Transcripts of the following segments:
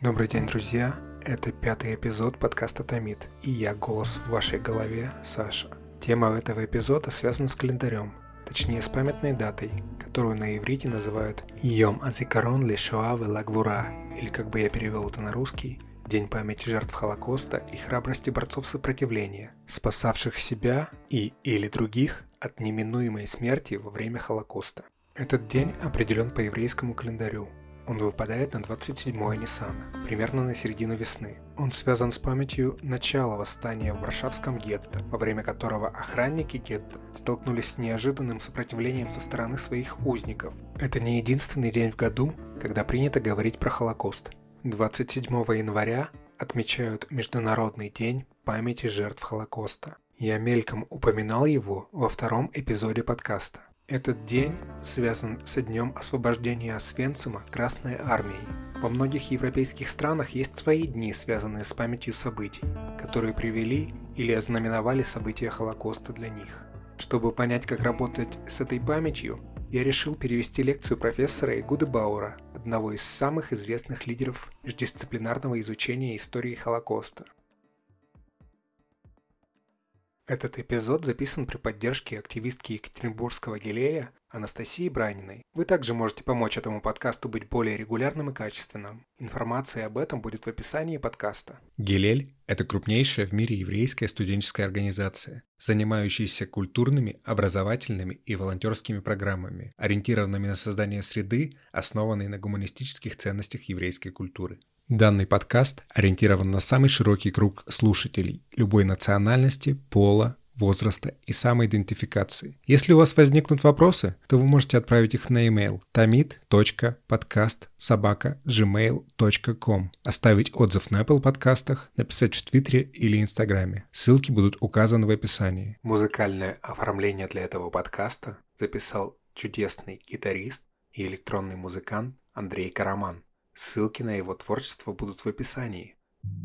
Добрый день, друзья! Это 5-й эпизод подкаста «Томит», и я, голос в вашей голове, Саша. Тема этого эпизода связана с календарем, точнее с памятной датой, которую на иврите называют «Йом Азикарон ле-Шоа ве-ла-Гвура», или, как бы я перевел это на русский, День памяти жертв Холокоста и храбрости борцов сопротивления, спасавших себя или других от неминуемой смерти во время Холокоста. Этот день определен по еврейскому календарю. Он выпадает на 27-е Ниссана, примерно на середину весны. Он связан с памятью начала восстания в Варшавском гетто, во время которого охранники гетто столкнулись с неожиданным сопротивлением со стороны своих узников. Это не единственный день в году, когда принято говорить про Холокост. 27 января отмечают Международный день памяти жертв Холокоста. Я мельком упоминал его во 2-м эпизоде подкаста. Этот день связан со днем освобождения Освенцима Красной Армией. Во многих европейских странах есть свои дни, связанные с памятью событий, которые привели или ознаменовали события Холокоста для них. Чтобы понять, как работать с этой памятью, я решил перевести лекцию профессора Игуда Бауэра, одного из самых известных лидеров междисциплинарного изучения истории Холокоста. Этот эпизод записан при поддержке активистки Екатеринбургского Гилеля Анастасии Браниной. Вы также можете помочь этому подкасту быть более регулярным и качественным. Информация об этом будет в описании подкаста. Гилель – это крупнейшая в мире еврейская студенческая организация, занимающаяся культурными, образовательными и волонтерскими программами, ориентированными на создание среды, основанной на гуманистических ценностях еврейской культуры. Данный подкаст ориентирован на самый широкий круг слушателей любой национальности, пола, возраста и самоидентификации. Если у вас возникнут вопросы, то вы можете отправить их на e-mail tomit.podcast@gmail.com, оставить отзыв на Apple подкастах, написать в Твиттере или Инстаграме. Ссылки будут указаны в описании. Музыкальное оформление для этого подкаста записал чудесный гитарист и электронный музыкант Андрей Караман. Ссылки на его творчество будут в описании.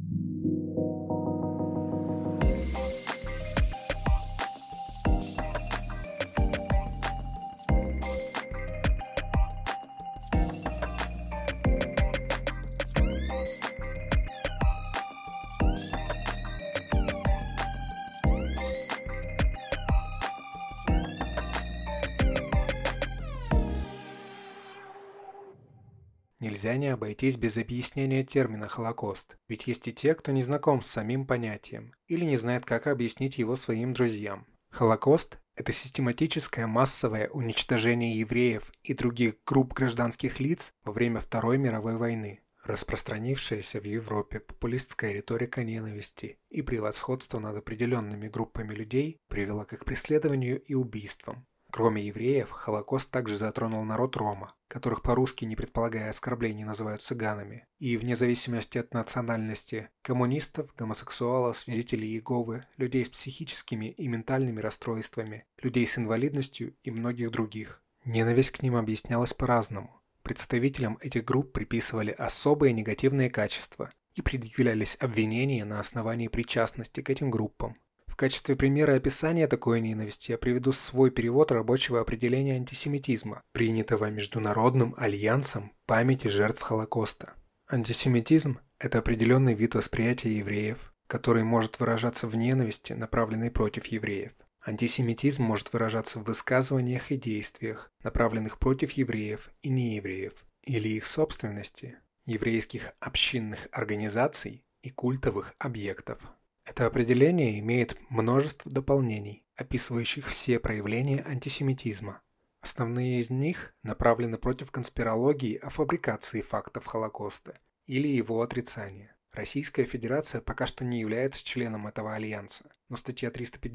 Нельзя не обойтись без объяснения термина «Холокост», ведь есть и те, кто не знаком с самим понятием или не знает, как объяснить его своим друзьям. Холокост – это систематическое массовое уничтожение евреев и других групп гражданских лиц во время Второй мировой войны. Распространившаяся в Европе популистская риторика ненависти и превосходства над определенными группами людей привела к их преследованию и убийствам. Кроме евреев, Холокост также затронул народ Рома, которых по-русски, не предполагая оскорблений, называют цыганами, и вне зависимости от национальности коммунистов, гомосексуалов, свидетелей Иеговы, людей с психическими и ментальными расстройствами, людей с инвалидностью и многих других. Ненависть к ним объяснялась по-разному. Представителям этих групп приписывали особые негативные качества и предъявлялись обвинения на основании причастности к этим группам. В качестве примера описания такой ненависти я приведу свой перевод рабочего определения антисемитизма, принятого Международным альянсом памяти жертв Холокоста. Антисемитизм – это определенный вид восприятия евреев, который может выражаться в ненависти, направленной против евреев. Антисемитизм может выражаться в высказываниях и действиях, направленных против евреев и неевреев, или их собственности, еврейских общинных организаций и культовых объектов. Это определение имеет множество дополнений, описывающих все проявления антисемитизма. Основные из них направлены против конспирологии о фабрикации фактов Холокоста или его отрицания. Российская Федерация пока что не является членом этого альянса, но статья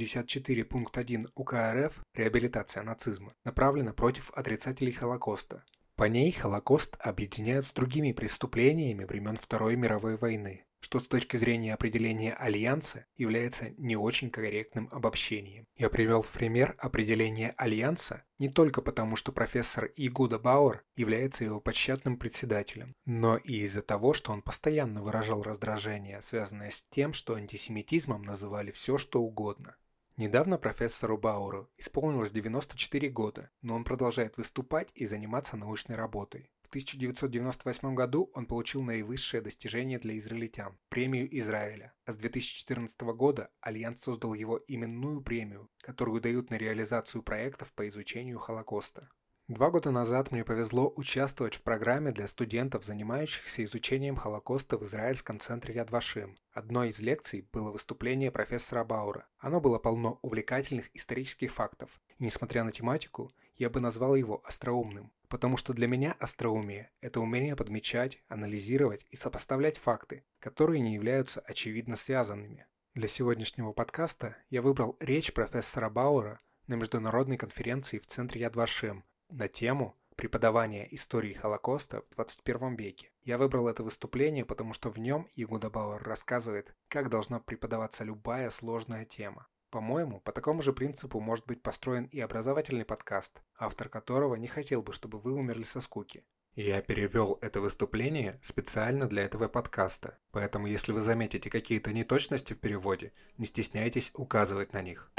354 пункт 1 УК РФ «Реабилитация нацизма» направлена против отрицателей Холокоста. По ней Холокост объединяют с другими преступлениями времен Второй мировой войны, что с точки зрения определения Альянса является не очень корректным обобщением. Я привел в пример определение Альянса не только потому, что профессор Игуда Бауэр является его почетным председателем, но и из-за того, что он постоянно выражал раздражение, связанное с тем, что антисемитизмом называли все, что угодно. Недавно профессору Бауэру исполнилось 94 года, но он продолжает выступать и заниматься научной работой. В 1998 году он получил наивысшее достижение для израильтян– премию Израиля, а с 2014 года Альянс создал его именную премию, которую дают на реализацию проектов по изучению Холокоста. 2 года назад мне повезло участвовать в программе для студентов, занимающихся изучением Холокоста в израильском центре Яд Вашем. Одной из лекций было выступление профессора Баура. Оно было полно увлекательных исторических фактов, и несмотря на тематику, я бы назвал его остроумным, потому что для меня остроумие – это умение подмечать, анализировать и сопоставлять факты, которые не являются очевидно связанными. Для сегодняшнего подкаста я выбрал речь профессора Баура на международной конференции в центре Яд Вашем на тему преподавания истории Холокоста в 21 веке. Я выбрал это выступление, потому что в нем Иегуда Бауэр рассказывает, как должна преподаваться любая сложная тема. По-моему, по такому же принципу может быть построен и образовательный подкаст, автор которого не хотел бы, чтобы вы умерли со скуки. Я перевел это выступление специально для этого подкаста, поэтому если вы заметите какие-то неточности в переводе, не стесняйтесь указывать на них.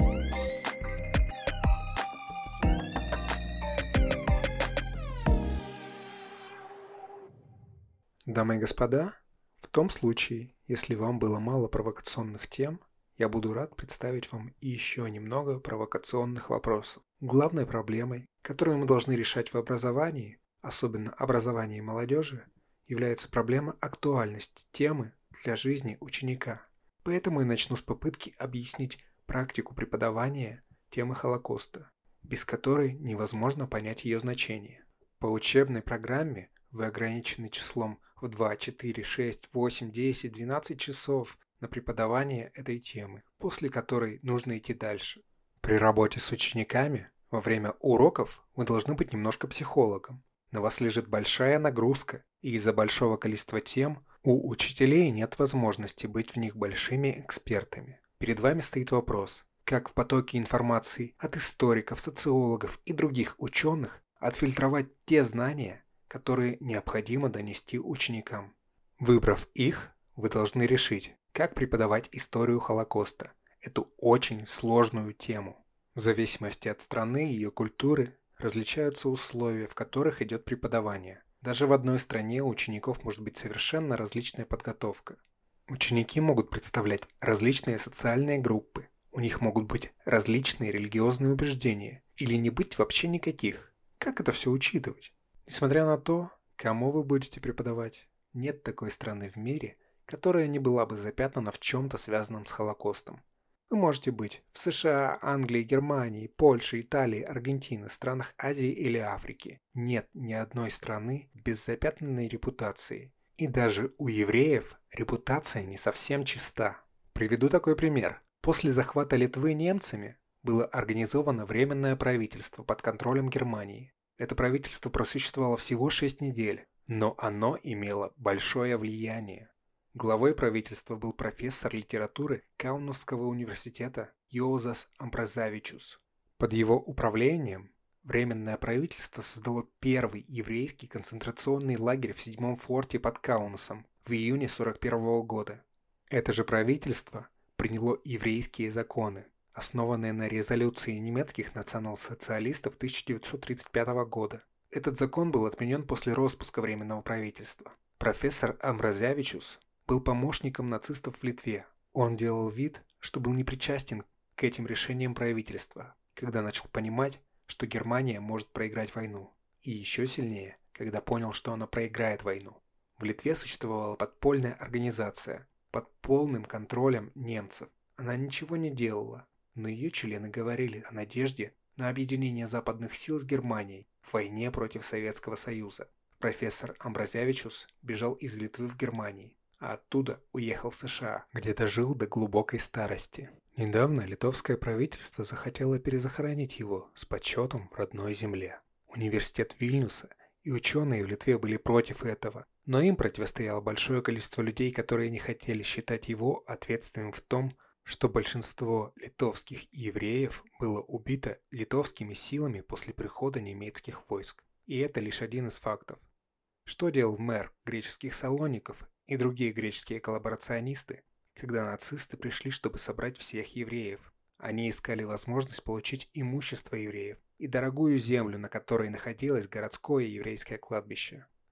Дамы и господа, в том случае, если вам было мало провокационных тем, я буду рад представить вам еще немного провокационных вопросов. Главной проблемой, которую мы должны решать в образовании, особенно образовании молодежи, является проблема актуальности темы для жизни ученика. Поэтому я начну с попытки объяснить практику преподавания темы Холокоста, без которой невозможно понять ее значение. По учебной программе вы ограничены числом в 2, 4, 6, 8, 10, 12 часов на преподавание этой темы, после которой нужно идти дальше. При работе с учениками во время уроков вы должны быть немножко психологом. На вас лежит большая нагрузка, и из-за большого количества тем у учителей нет возможности быть в них большими экспертами. Перед вами стоит вопрос, как в потоке информации от историков, социологов и других ученых отфильтровать те знания, которые необходимо донести ученикам. Выбрав их, вы должны решить, как преподавать историю Холокоста, эту очень сложную тему. В зависимости от страны и ее культуры различаются условия, в которых идет преподавание. Даже в одной стране у учеников может быть совершенно различная подготовка. Ученики могут представлять различные социальные группы, у них могут быть различные религиозные убеждения или не быть вообще никаких. Как это все учитывать? Несмотря на то, кому вы будете преподавать, нет такой страны в мире, которая не была бы запятнана в чем-то связанном с Холокостом. Вы можете быть в США, Англии, Германии, Польше, Италии, Аргентине, странах Азии или Африки. Нет ни одной страны без запятнанной репутации. И даже у евреев репутация не совсем чиста. Приведу такой пример. После захвата Литвы немцами было организовано Временное правительство под контролем Германии. Это правительство просуществовало всего 6 недель, но оно имело большое влияние. Главой правительства был профессор литературы Каунасского университета Йозас Амбразавичус. Под его управлением Временное правительство создало первый еврейский концентрационный лагерь в 7-м форте под Каунасом в июне 1941 года. Это же правительство приняло еврейские законы, основанные на резолюции немецких национал-социалистов 1935 года. Этот закон был отменен после распуска Временного правительства. Профессор Амбразавичус был помощником нацистов в Литве. Он делал вид, что был непричастен к этим решениям правительства, когда начал понимать, что Германия может проиграть войну. И еще сильнее, когда понял, что она проиграет войну. В Литве существовала подпольная организация под полным контролем немцев. Она ничего не делала, но ее члены говорили о надежде на объединение западных сил с Германией в войне против Советского Союза. Профессор Амбразавичус бежал из Литвы в Германию, а оттуда уехал в США, где дожил до глубокой старости. Недавно литовское правительство захотело перезахоронить его с почетом в родной земле. Университет Вильнюса и ученые в Литве были против этого, но им противостояло большое количество людей, которые не хотели считать его ответственным в том, что большинство литовских евреев было убито литовскими силами после прихода немецких войск. И это лишь один из фактов. Что делал мэр греческих Салоников и другие греческие коллаборационисты, когда нацисты пришли, чтобы собрать всех евреев? Они искали возможность получить имущество евреев и дорогую землю, на которой находилось городское еврейское кладбище.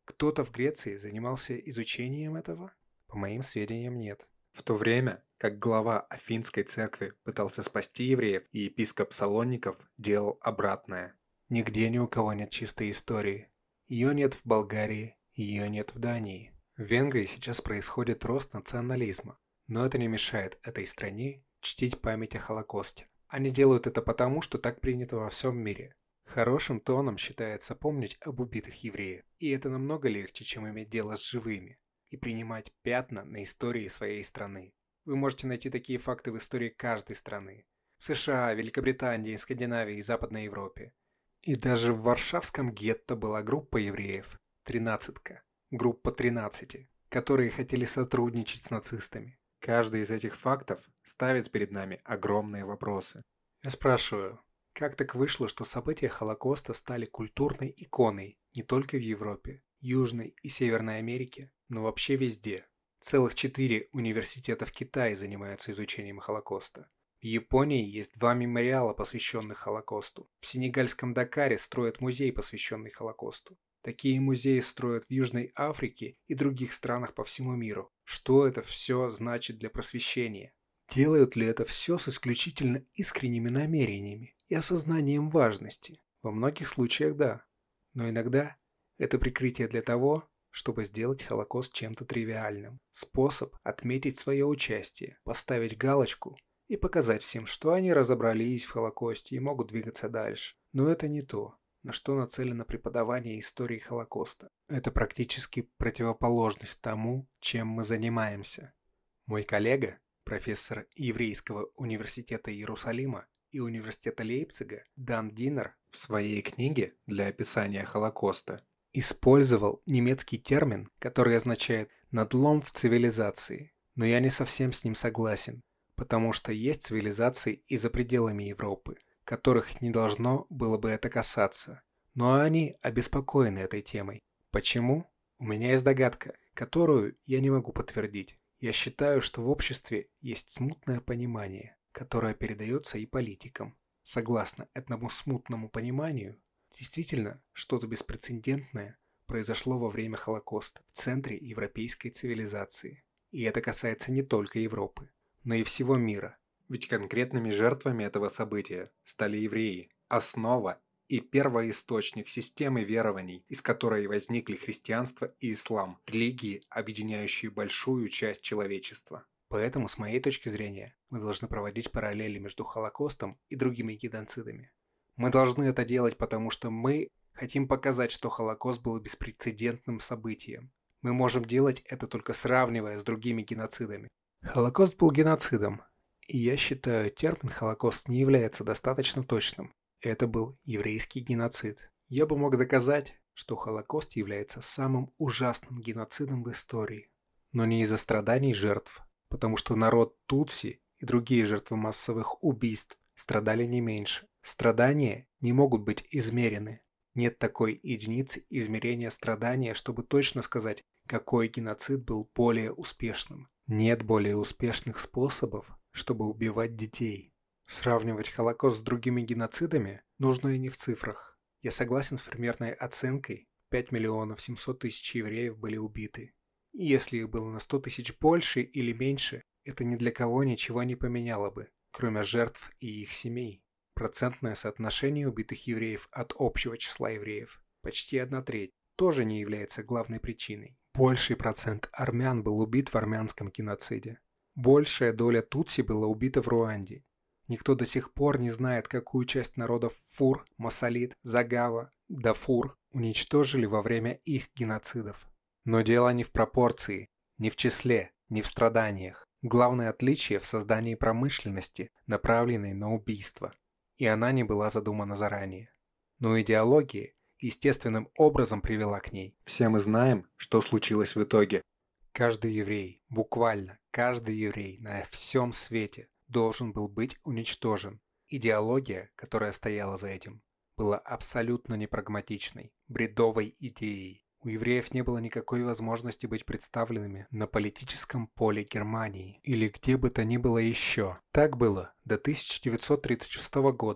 Кто-то в Греции занимался изучением этого? По моим сведениям, нет. В то время, как глава Афинской церкви пытался спасти евреев, и епископ Салоников делал обратное. Нигде ни у кого нет чистой истории. Ее нет в Болгарии, ее нет в Дании. В Венгрии сейчас происходит рост национализма, но это не мешает этой стране чтить память о Холокосте. Они делают это потому, что так принято во всем мире. Хорошим тоном считается помнить об убитых евреях, и это намного легче, чем иметь дело с живыми и принимать пятна на истории своей страны. Вы можете найти такие факты в истории каждой страны. В США, Великобритании, Скандинавии и Западной Европе. И даже в Варшавском гетто была группа евреев, тринадцатка, группа 13, которые хотели сотрудничать с нацистами. Каждый из этих фактов ставит перед нами огромные вопросы. Я спрашиваю, как так вышло, что события Холокоста стали культурной иконой не только в Европе, Южной и Северной Америке, но вообще везде? Целых 4 университета в Китае занимаются изучением Холокоста. В Японии есть 2 мемориала, посвященных Холокосту. В сенегальском Дакаре строят музей, посвященный Холокосту. Такие музеи строят в Южной Африке и других странах по всему миру. Что это все значит для просвещения? Делают ли это все с исключительно искренними намерениями и осознанием важности? Во многих случаях да. Но иногда это прикрытие для того, чтобы сделать Холокост чем-то тривиальным. Способ отметить свое участие, поставить галочку и показать всем, что они разобрались в Холокосте и могут двигаться дальше. Но это не то, на что нацелено преподавание истории Холокоста. Это практически противоположность тому, чем мы занимаемся. Мой коллега, профессор Еврейского университета Иерусалима и университета Лейпцига Дан Динер в своей книге для описания Холокоста использовал немецкий термин, который означает «надлом в цивилизации». Но я не совсем с ним согласен, потому что есть цивилизации и за пределами Европы, которых не должно было бы это касаться. Но они обеспокоены этой темой. Почему? У меня есть догадка, которую я не могу подтвердить. Я считаю, что в обществе есть смутное понимание, которое передается и политикам. Согласно этому смутному пониманию, действительно, что-то беспрецедентное произошло во время Холокоста в центре европейской цивилизации. И это касается не только Европы, но и всего мира. Ведь конкретными жертвами этого события стали евреи, основа и первоисточник системы верований, из которой возникли христианство и ислам, религии, объединяющие большую часть человечества. Поэтому, с моей точки зрения, мы должны проводить параллели между Холокостом и другими геноцидами. Мы должны это делать, потому что мы хотим показать, что Холокост был беспрецедентным событием. Мы можем делать это только сравнивая с другими геноцидами. Холокост был геноцидом, и я считаю, термин «Холокост» не является достаточно точным. Это был еврейский геноцид. Я бы мог доказать, что Холокост является самым ужасным геноцидом в истории. Но не из-за страданий жертв, потому что народ Тутси и другие жертвы массовых убийств страдали не меньше. Страдания не могут быть измерены. Нет такой единицы измерения страдания, чтобы точно сказать, какой геноцид был более успешным. Нет более успешных способов, чтобы убивать детей. Сравнивать Холокост с другими геноцидами нужно и не в цифрах. Я согласен с примерной оценкой, 5 миллионов 700 тысяч евреев были убиты. И если их было на 100 тысяч больше или меньше, это ни для кого ничего не поменяло бы, кроме жертв и их семей. Процентное соотношение убитых евреев от общего числа евреев, почти 1/3, тоже не является главной причиной. Больший процент армян был убит в армянском геноциде. Большая доля тутси была убита в Руанде. Никто до сих пор не знает, какую часть народов Фур, Масалит, Загава, Дафур уничтожили во время их геноцидов. Но дело не в пропорции, не в числе, не в страданиях. Главное отличие в создании промышленности, направленной на убийство. И она не была задумана заранее. Но идеология естественным образом привела к ней. Все мы знаем, что случилось в итоге. Каждый еврей, буквально каждый еврей на всем свете должен был быть уничтожен. Идеология, которая стояла за этим, была абсолютно непрагматичной, бредовой идеей. У евреев не было никакой возможности быть представленными на политическом поле Германии или где бы то ни было еще. Так было до 1936 года,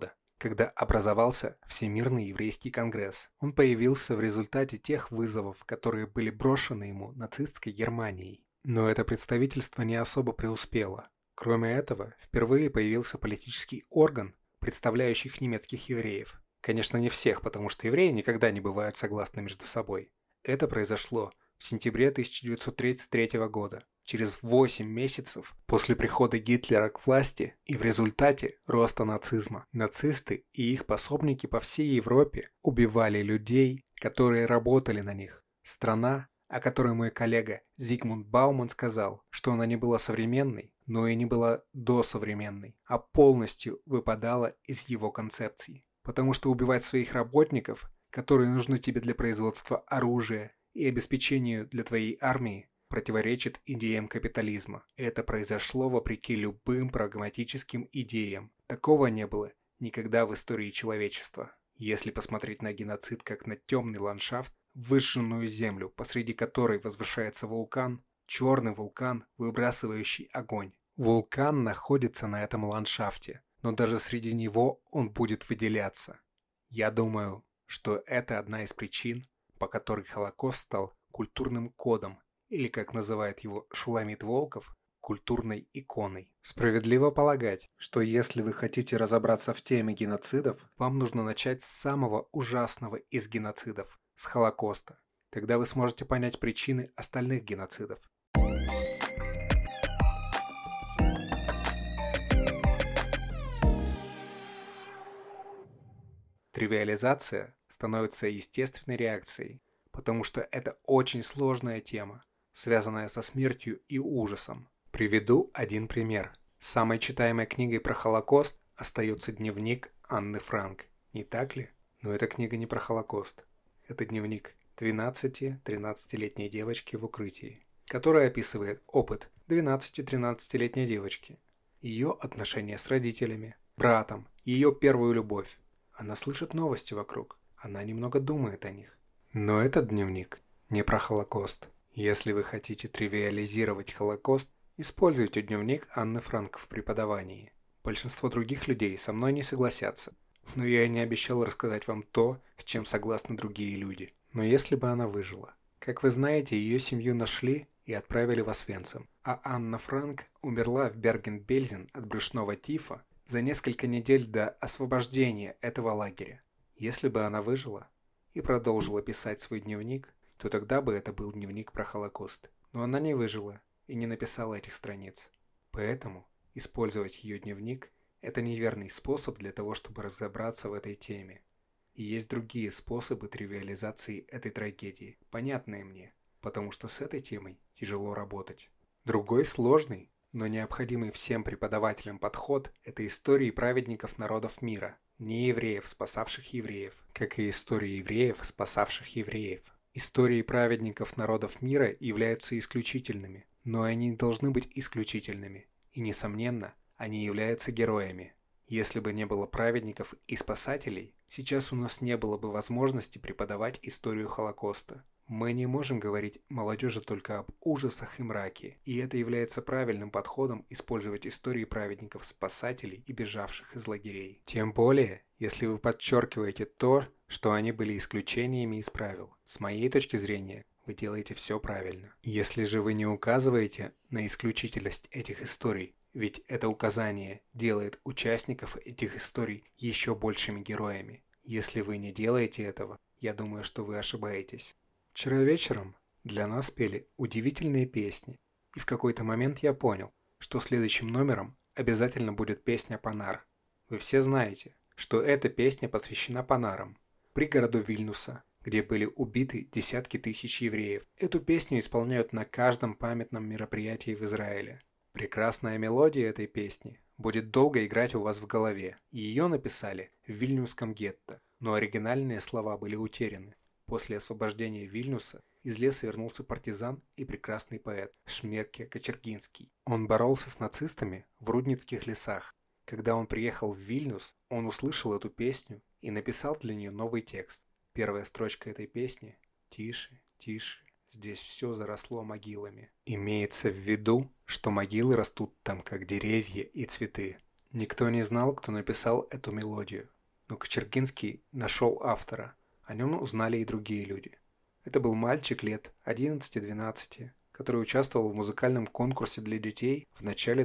когда образовался Всемирный еврейский конгресс. Он появился в результате тех вызовов, которые были брошены ему нацистской Германией. Но это представительство не особо преуспело. Кроме этого, впервые появился политический орган, представляющий немецких евреев. Конечно, не всех, потому что евреи никогда не бывают согласны между собой. Это произошло в сентябре 1933 года, через 8 месяцев после прихода Гитлера к власти и в результате роста нацизма. Нацисты и их пособники по всей Европе убивали людей, которые работали на них. Страна, о которой мой коллега Зигмунд Бауман сказал, что она не была современной, но и не была досовременной, а полностью выпадала из его концепции. Потому что убивать своих работников, которые нужны тебе для производства оружия и обеспечению для твоей армии, противоречит идеям капитализма. Это произошло вопреки любым прагматическим идеям. Такого не было никогда в истории человечества. Если посмотреть на геноцид как на темный ландшафт, выжженную землю, посреди которой возвышается вулкан, черный вулкан, выбрасывающий огонь. Вулкан находится на этом ландшафте, но даже среди него он будет выделяться. Я думаю, что это одна из причин, по которой Холокост стал культурным кодом, или, как называет его Шуламит Волков, культурной иконой. Справедливо полагать, что если вы хотите разобраться в теме геноцидов, вам нужно начать с самого ужасного из геноцидов – с Холокоста. Тогда вы сможете понять причины остальных геноцидов. Тривиализация становится естественной реакцией, потому что это очень сложная тема, связанная со смертью и ужасом. Приведу один пример. Самой читаемой книгой про Холокост остается дневник Анны Франк. Не так ли? Но эта книга не про Холокост. Это дневник 12-13-летней девочки в укрытии, который описывает опыт 12-13-летней девочки, ее отношения с родителями, братом, ее первую любовь. Она слышит новости вокруг, она немного думает о них. Но этот дневник не про Холокост. Если вы хотите тривиализировать Холокост, используйте дневник Анны Франк в преподавании. Большинство других людей со мной не согласятся. Но я и не обещал рассказать вам то, с чем согласны другие люди. Но если бы она выжила. Как вы знаете, ее семью нашли и отправили в Освенцим. А Анна Франк умерла в Берген-Бельзен от брюшного тифа за несколько недель до освобождения этого лагеря. Если бы она выжила и продолжила писать свой дневник, то тогда бы это был дневник про Холокост. Но она не выжила и не написала этих страниц. Поэтому использовать ее дневник – это неверный способ для того, чтобы разобраться в этой теме. И есть другие способы тривиализации этой трагедии, понятные мне, потому что с этой темой тяжело работать. Другой сложный, но необходимый всем преподавателям подход – это истории праведников народов мира, не евреев, спасавших евреев, как и истории евреев, спасавших евреев. Истории праведников народов мира являются исключительными, но они не должны быть исключительными, и, несомненно, они являются героями. Если бы не было праведников и спасателей, сейчас у нас не было бы возможности преподавать историю Холокоста. Мы не можем говорить молодежи только об ужасах и мраке, и это является правильным подходом использовать истории праведников, спасателей и бежавших из лагерей. Тем более, если вы подчеркиваете то, что они были исключениями из правил. С моей точки зрения, вы делаете все правильно. Если же вы не указываете на исключительность этих историй, ведь это указание делает участников этих историй еще большими героями. Если вы не делаете этого, я думаю, что вы ошибаетесь. Вчера вечером для нас пели удивительные песни, и в какой-то момент я понял, что следующим номером обязательно будет песня Панар. Вы все знаете, что эта песня посвящена Панарам, пригороду Вильнюса, где были убиты десятки тысяч евреев. Эту песню исполняют на каждом памятном мероприятии в Израиле. Прекрасная мелодия этой песни будет долго играть у вас в голове. Ее написали в Вильнюсском гетто, но оригинальные слова были утеряны. После освобождения Вильнюса из леса вернулся партизан и прекрасный поэт Шмерке Кочергинский. Он боролся с нацистами в Рудницких лесах. Когда он приехал в Вильнюс, он услышал эту песню и написал для нее новый текст. Первая строчка этой песни «Тише, тише, здесь все заросло могилами». Имеется в виду, что могилы растут там как деревья и цветы. Никто не знал, кто написал эту мелодию. Но Кочергинский нашел автора. О нем узнали и другие люди. Это был мальчик лет 11-12, который участвовал в музыкальном конкурсе для детей в начале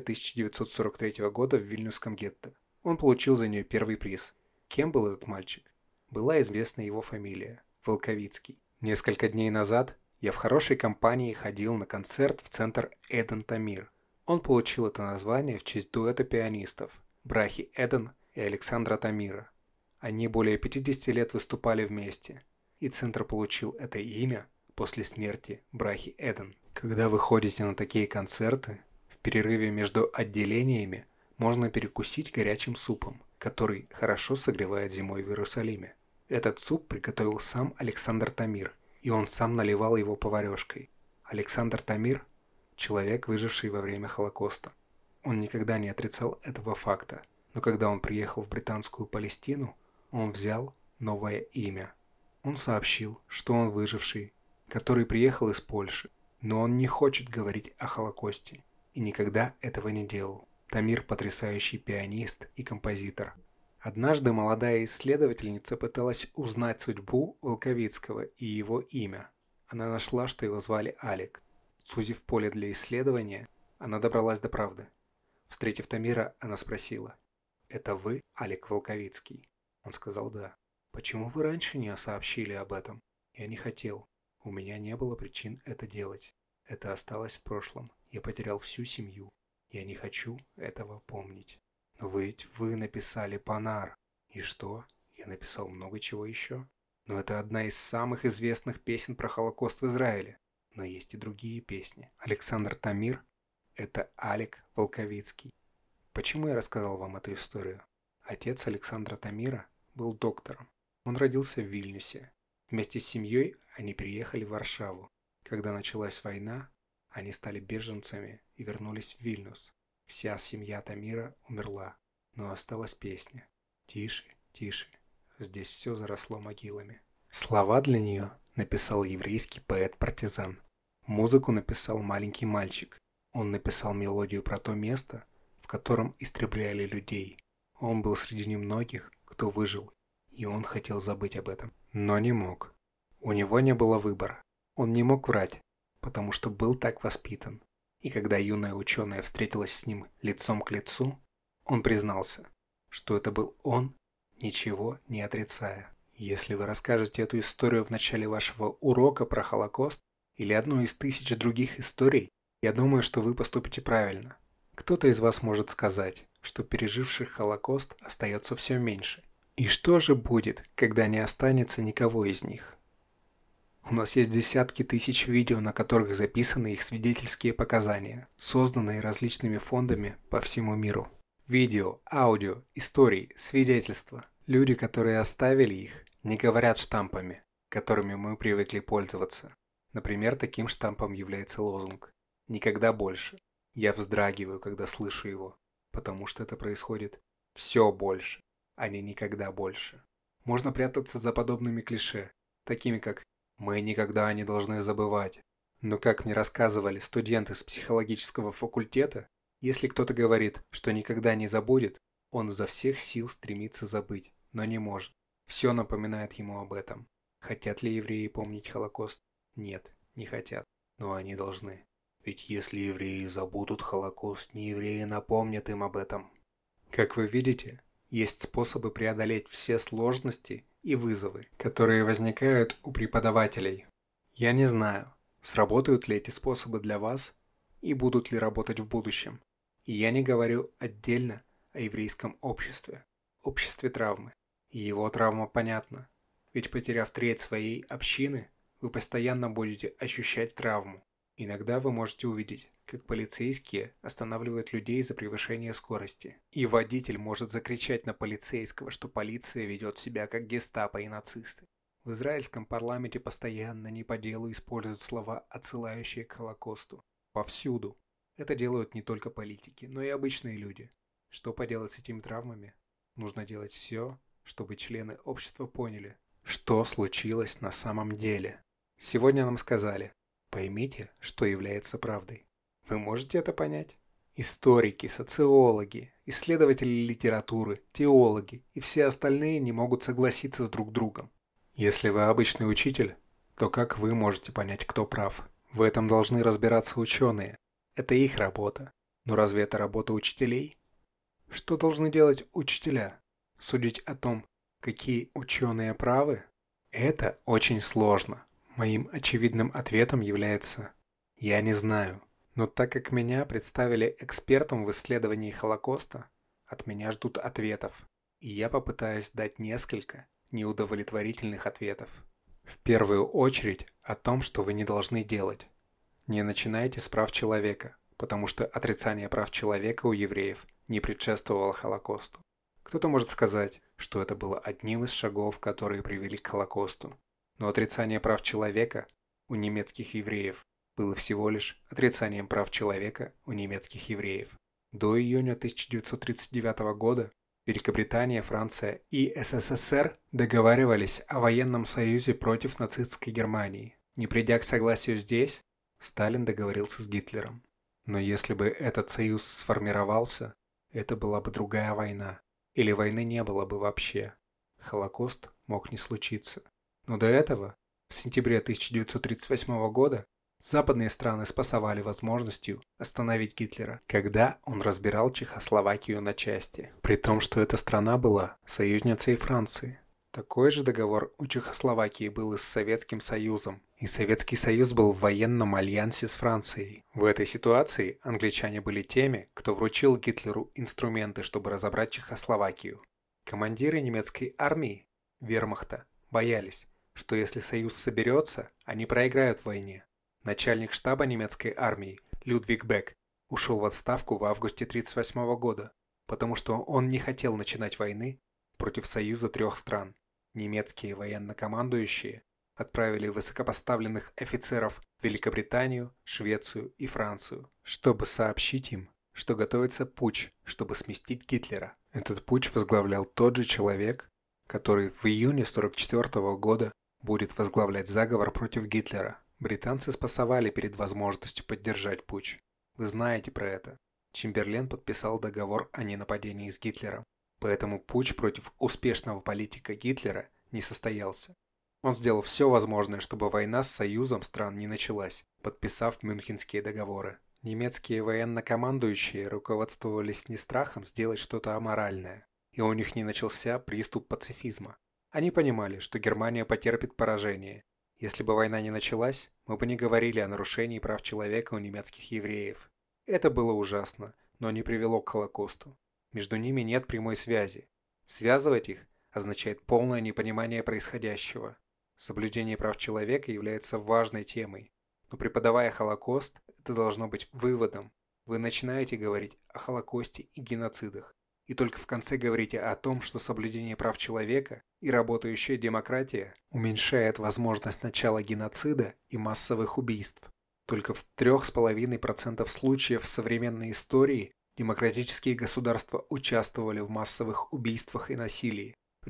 1943 года в Вильнюсском гетто. Он получил за нее первый приз. Кем был этот мальчик? Была известна его фамилия – Волковицкий. Несколько дней назад я в хорошей компании ходил на концерт в центр Эден Тамир. Он получил это название в честь дуэта пианистов – Брахи Эден и Александра Тамира. Они более 50 лет выступали вместе, и центр получил это имя после смерти Брахи Эден. Когда вы ходите на такие концерты, в перерыве между отделениями можно перекусить горячим супом, который хорошо согревает зимой в Иерусалиме. Этот суп приготовил сам Александр Тамир, и он сам наливал его поварешкой. Александр Тамир – человек, выживший во время Холокоста. Он никогда не отрицал этого факта, но когда он приехал в британскую Палестину, он взял новое имя. Он сообщил, что он выживший, который приехал из Польши, но он не хочет говорить о Холокосте и никогда этого не делал. Тамир – потрясающий пианист и композитор. Однажды молодая исследовательница пыталась узнать судьбу Волковицкого и его имя. Она нашла, что его звали Алек. Сузив поле для исследования, она добралась до правды. Встретив Тамира, она спросила: «Это вы, Алек Волковицкий?» Он сказал: «Да». «Почему вы раньше не сообщили об этом?» «Я не хотел. У меня не было причин это делать. Это осталось в прошлом. Я потерял всю семью. Я не хочу этого помнить». «Но ведь вы написали Панар». «И что? Я написал много чего еще. Но это одна из самых известных песен про Холокост в Израиле. Но есть и другие песни. Александр Тамир – это Алек Волковицкий». Почему я рассказал вам эту историю? Отец Александра Тамира был доктором. Он родился в Вильнюсе. Вместе с семьей они переехали в Варшаву. Когда началась война, они стали беженцами и вернулись в Вильнюс. Вся семья Тамира умерла, но осталась песня: «Тише, тише, здесь все заросло могилами». Слова для нее написал еврейский поэт-партизан. Музыку написал маленький мальчик. Он написал мелодию про то место, в котором истребляли людей. Он был среди немногих, кто выжил, и он хотел забыть об этом, но не мог. У него не было выбора. Он не мог врать, потому что был так воспитан. И когда юная ученая встретилась с ним лицом к лицу, он признался, что это был он, ничего не отрицая. Если вы расскажете эту историю в начале вашего урока про Холокост или одну из тысяч других историй, я думаю, что вы поступите правильно. Кто-то из вас может сказать, что переживших Холокост остается все меньше. И что же будет, когда не останется никого из них? У нас есть десятки тысяч видео, на которых записаны их свидетельские показания, созданные различными фондами по всему миру. Видео, аудио, истории, свидетельства. Люди, которые оставили их, не говорят штампами, которыми мы привыкли пользоваться. Например, таким штампом является лозунг «Никогда больше». Я вздрагиваю, когда слышу его, потому что это происходит все больше, а не никогда больше. Можно прятаться за подобными клише, такими как «Мы никогда не должны забывать». Но, как мне рассказывали студенты с психологического факультета, если кто-то говорит, что никогда не забудет, он изо всех сил стремится забыть, но не может. Все напоминает ему об этом. Хотят ли евреи помнить Холокост? Нет, не хотят. Но они должны. Ведь если евреи забудут Холокост, неевреи напомнят им об этом. Как вы видите, есть способы преодолеть все сложности и вызовы, которые возникают у преподавателей. Я не знаю, сработают ли эти способы для вас и будут ли работать в будущем. И я не говорю отдельно о еврейском обществе, обществе травмы. И его травма понятна. Ведь потеряв треть своей общины, вы постоянно будете ощущать травму. Иногда вы можете увидеть, как полицейские останавливают людей за превышение скорости. И водитель может закричать на полицейского, что полиция ведет себя как гестапо и нацисты. В израильском парламенте постоянно не по делу используют слова, отсылающие к Холокосту. Повсюду. Это делают не только политики, но и обычные люди. Что поделать с этими травмами? Нужно делать все, чтобы члены общества поняли, что случилось на самом деле. Сегодня нам сказали: поймите, что является правдой. Вы можете это понять? Историки, социологи, исследователи литературы, теологи и все остальные не могут согласиться с друг другом. Если вы обычный учитель, то как вы можете понять, кто прав? В этом должны разбираться ученые. Это их работа. Но разве это работа учителей? Что должны делать учителя? Судить о том, какие ученые правы? Это очень сложно. Моим очевидным ответом является «я не знаю». Но так как меня представили экспертом в исследовании Холокоста, от меня ждут ответов. И я попытаюсь дать несколько неудовлетворительных ответов. В первую очередь о том, что вы не должны делать. Не начинайте с прав человека, потому что отрицание прав человека у евреев не предшествовало Холокосту. Кто-то может сказать, что это было одним из шагов, которые привели к Холокосту. Но отрицание прав человека у немецких евреев было всего лишь отрицанием прав человека у немецких евреев. До июня 1939 года Великобритания, Франция и СССР договаривались о военном союзе против нацистской Германии. Не придя к согласию здесь, Сталин договорился с Гитлером. Но если бы этот союз сформировался, это была бы другая война. Или войны не было бы вообще. Холокост мог не случиться. Но до этого, в сентябре 1938 года, западные страны спасовали возможностью остановить Гитлера, когда он разбирал Чехословакию на части. При том, что эта страна была союзницей Франции. Такой же договор у Чехословакии был и с Советским Союзом. И Советский Союз был в военном альянсе с Францией. В этой ситуации англичане были теми, кто вручил Гитлеру инструменты, чтобы разобрать Чехословакию. Командиры немецкой армии, вермахта, боялись, что если Союз соберется, они проиграют в войне. Начальник штаба немецкой армии Людвиг Бек ушел в отставку в августе 1938 года, потому что он не хотел начинать войны против союза трех стран. Немецкие военнокомандующие отправили высокопоставленных офицеров в Великобританию, Швецию и Францию, чтобы сообщить им, что готовится путч, чтобы сместить Гитлера. Этот путч возглавлял тот же человек, который в июне 1944 года будет возглавлять заговор против Гитлера. Британцы спасовали перед возможностью поддержать путч. Вы знаете про это. Чемберлен подписал договор о ненападении с Гитлером. Поэтому путч против успешного политика Гитлера не состоялся. Он сделал все возможное, чтобы война с союзом стран не началась, подписав Мюнхенские договоры. Немецкие военнокомандующие руководствовались не страхом сделать что-то аморальное, и у них не начался приступ пацифизма. Они понимали, что Германия потерпит поражение. Если бы война не началась, мы бы не говорили о нарушении прав человека у немецких евреев. Это было ужасно, но не привело к Холокосту. Между ними нет прямой связи. Связывать их означает полное непонимание происходящего. Соблюдение прав человека является важной темой. Но преподавая Холокост, это должно быть выводом. Вы начинаете говорить о Холокосте и геноцидах. И только в конце говорите о том, что соблюдение прав человека и работающая демократия уменьшает возможность начала геноцида и массовых убийств. Только в 3,5% случаев в современной истории демократические государства участвовали в массовых убийствах и насилии. В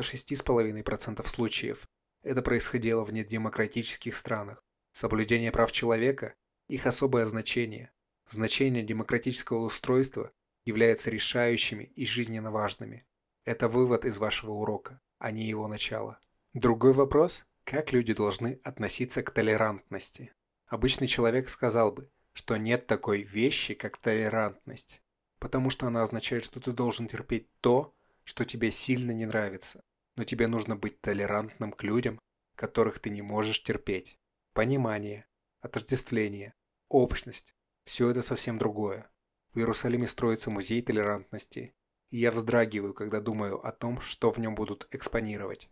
96,5% случаев это происходило в недемократических странах. Соблюдение прав человека, их особое значение, значение демократического устройства являются решающими и жизненно важными. Это вывод из вашего урока, а не его начало. Другой вопрос – как люди должны относиться к толерантности? Обычный человек сказал бы, что нет такой вещи, как толерантность, потому что она означает, что ты должен терпеть то, что тебе сильно не нравится, но тебе нужно быть толерантным к людям, которых ты не можешь терпеть. Понимание, отождествление, общность – все это совсем другое. В Иерусалиме строится музей толерантности, и я вздрагиваю, когда думаю о том, что в нем будут экспонировать.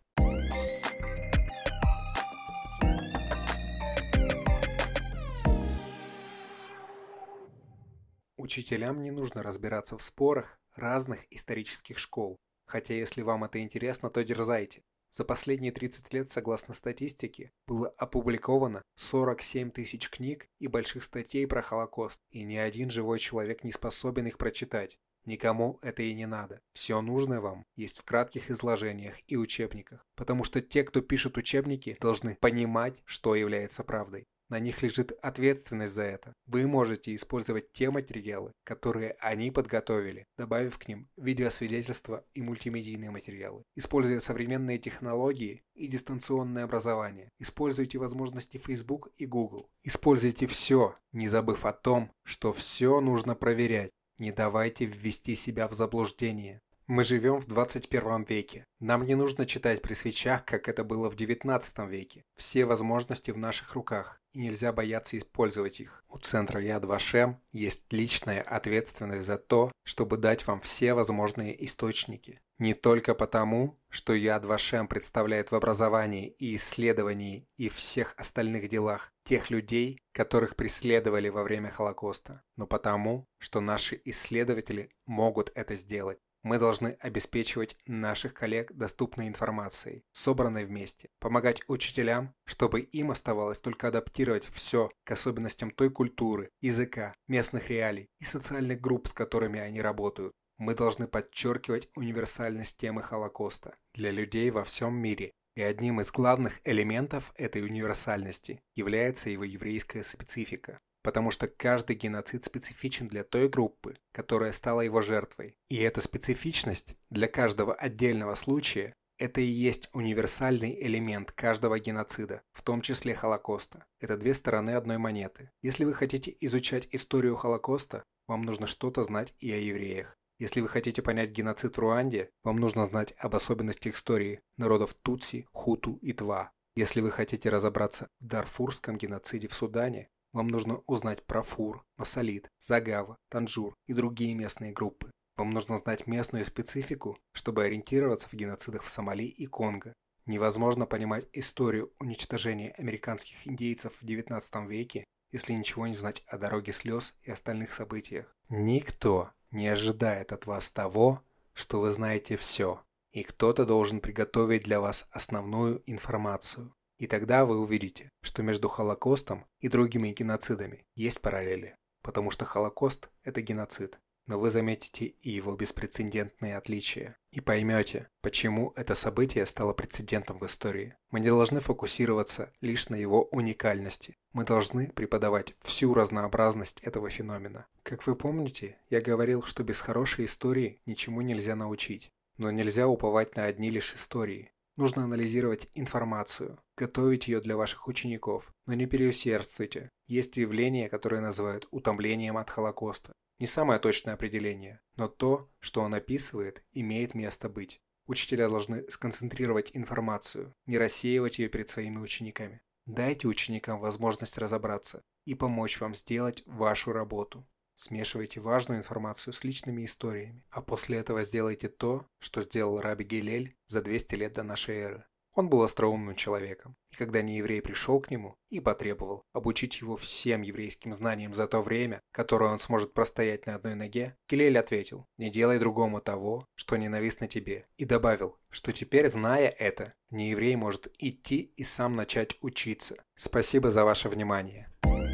Учителям не нужно разбираться в спорах разных исторических школ, хотя если вам это интересно, то дерзайте. За последние 30 лет, согласно статистике, было опубликовано 47 тысяч книг и больших статей про Холокост, и ни один живой человек не способен их прочитать. Никому это и не надо. Все нужное вам есть в кратких изложениях и учебниках, потому что те, кто пишет учебники, должны понимать, что является правдой. На них лежит ответственность за это. Вы можете использовать те материалы, которые они подготовили, добавив к ним видеосвидетельства и мультимедийные материалы. Используя современные технологии и дистанционное образование, используйте возможности Facebook и Google. Используйте все, не забыв о том, что все нужно проверять. Не давайте ввести себя в заблуждение. Мы живем в 21 веке. Нам не нужно читать при свечах, как это было в 19 веке. Все возможности в наших руках, и нельзя бояться использовать их. У центра Яд Вашем есть личная ответственность за то, чтобы дать вам все возможные источники. Не только потому, что Яд Вашем представляет в образовании и исследовании и всех остальных делах тех людей, которых преследовали во время Холокоста, но потому, что наши исследователи могут это сделать. Мы должны обеспечивать наших коллег доступной информацией, собранной вместе, помогать учителям, чтобы им оставалось только адаптировать все к особенностям той культуры, языка, местных реалий и социальных групп, с которыми они работают. Мы должны подчеркивать универсальность темы Холокоста для людей во всем мире. И одним из главных элементов этой универсальности является его еврейская специфика. Потому что каждый геноцид специфичен для той группы, которая стала его жертвой. И эта специфичность для каждого отдельного случая – это и есть универсальный элемент каждого геноцида, в том числе Холокоста. Это две стороны одной монеты. Если вы хотите изучать историю Холокоста, вам нужно что-то знать и о евреях. Если вы хотите понять геноцид в Руанде, вам нужно знать об особенностях истории народов Тутси, Хуту и Тва. Если вы хотите разобраться в Дарфурском геноциде в Судане, вам нужно узнать про Фур, Масалит, Загава, Танжур и другие местные группы. Вам нужно знать местную специфику, чтобы ориентироваться в геноцидах в Сомали и Конго. Невозможно понимать историю уничтожения американских индейцев в XIX веке, если ничего не знать о дороге слез и остальных событиях. Никто не ожидает от вас того, что вы знаете все, и кто-то должен приготовить для вас основную информацию. И тогда вы увидите, что между Холокостом и другими геноцидами есть параллели, потому что Холокост – это геноцид, но вы заметите и его беспрецедентные отличия, и поймете, почему это событие стало прецедентом в истории. Мы не должны фокусироваться лишь на его уникальности, мы должны преподавать всю разнообразность этого феномена. Как вы помните, я говорил, что без хорошей истории ничему нельзя научить, но нельзя уповать на одни лишь истории. Нужно анализировать информацию, готовить ее для ваших учеников, но не переусердствуйте. Есть явление, которое называют утомлением от Холокоста. Не самое точное определение, но то, что он описывает, имеет место быть. Учителя должны сконцентрировать информацию, не рассеивать ее перед своими учениками. Дайте ученикам возможность разобраться и помочь вам сделать вашу работу. Смешивайте важную информацию с личными историями, а после этого сделайте то, что сделал Раби Гилель за 200 лет до нашей эры. Он был остроумным человеком, и когда нееврей пришел к нему и потребовал обучить его всем еврейским знаниям за то время, которое он сможет простоять на одной ноге, Гилель ответил: «Не делай другому того, что ненавистно тебе», и добавил, что теперь, зная это, нееврей может идти и сам начать учиться. Спасибо за ваше внимание.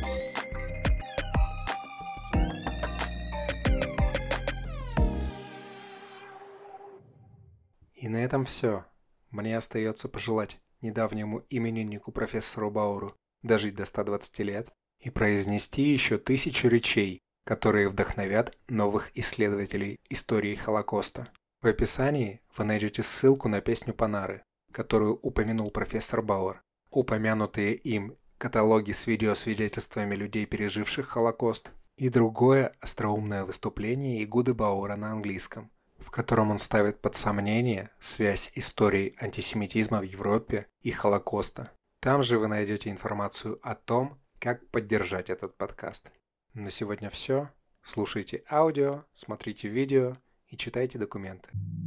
И на этом все. Мне остается пожелать недавнему имениннику профессору Бауру дожить до 120 лет и произнести еще 1000 речей, которые вдохновят новых исследователей истории Холокоста. В описании вы найдете ссылку на песню Панары, которую упомянул профессор Бауэр. Упомянутые им каталоги с видеосвидетельствами людей, переживших Холокост, и другое остроумное выступление Игуды Бауэра на английском, в котором он ставит под сомнение связь истории антисемитизма в Европе и Холокоста. Там же вы найдете информацию о том, как поддержать этот подкаст. На сегодня все. Слушайте аудио, смотрите видео и читайте документы.